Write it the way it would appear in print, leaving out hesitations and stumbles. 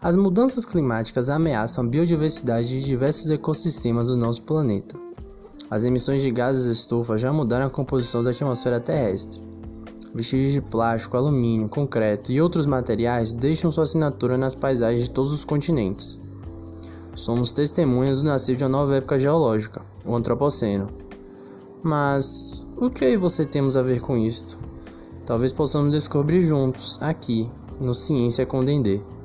As mudanças climáticas ameaçam a biodiversidade de diversos ecossistemas do nosso planeta. As emissões de gases estufa já mudaram a composição da atmosfera terrestre. Vestígios de plástico, alumínio, concreto e outros materiais deixam sua assinatura nas paisagens de todos os continentes. Somos testemunhas do nascer de uma nova época geológica, o Antropoceno. Mas o que eu e você temos a ver com isto? Talvez possamos descobrir juntos, aqui, no Ciência com Dendê.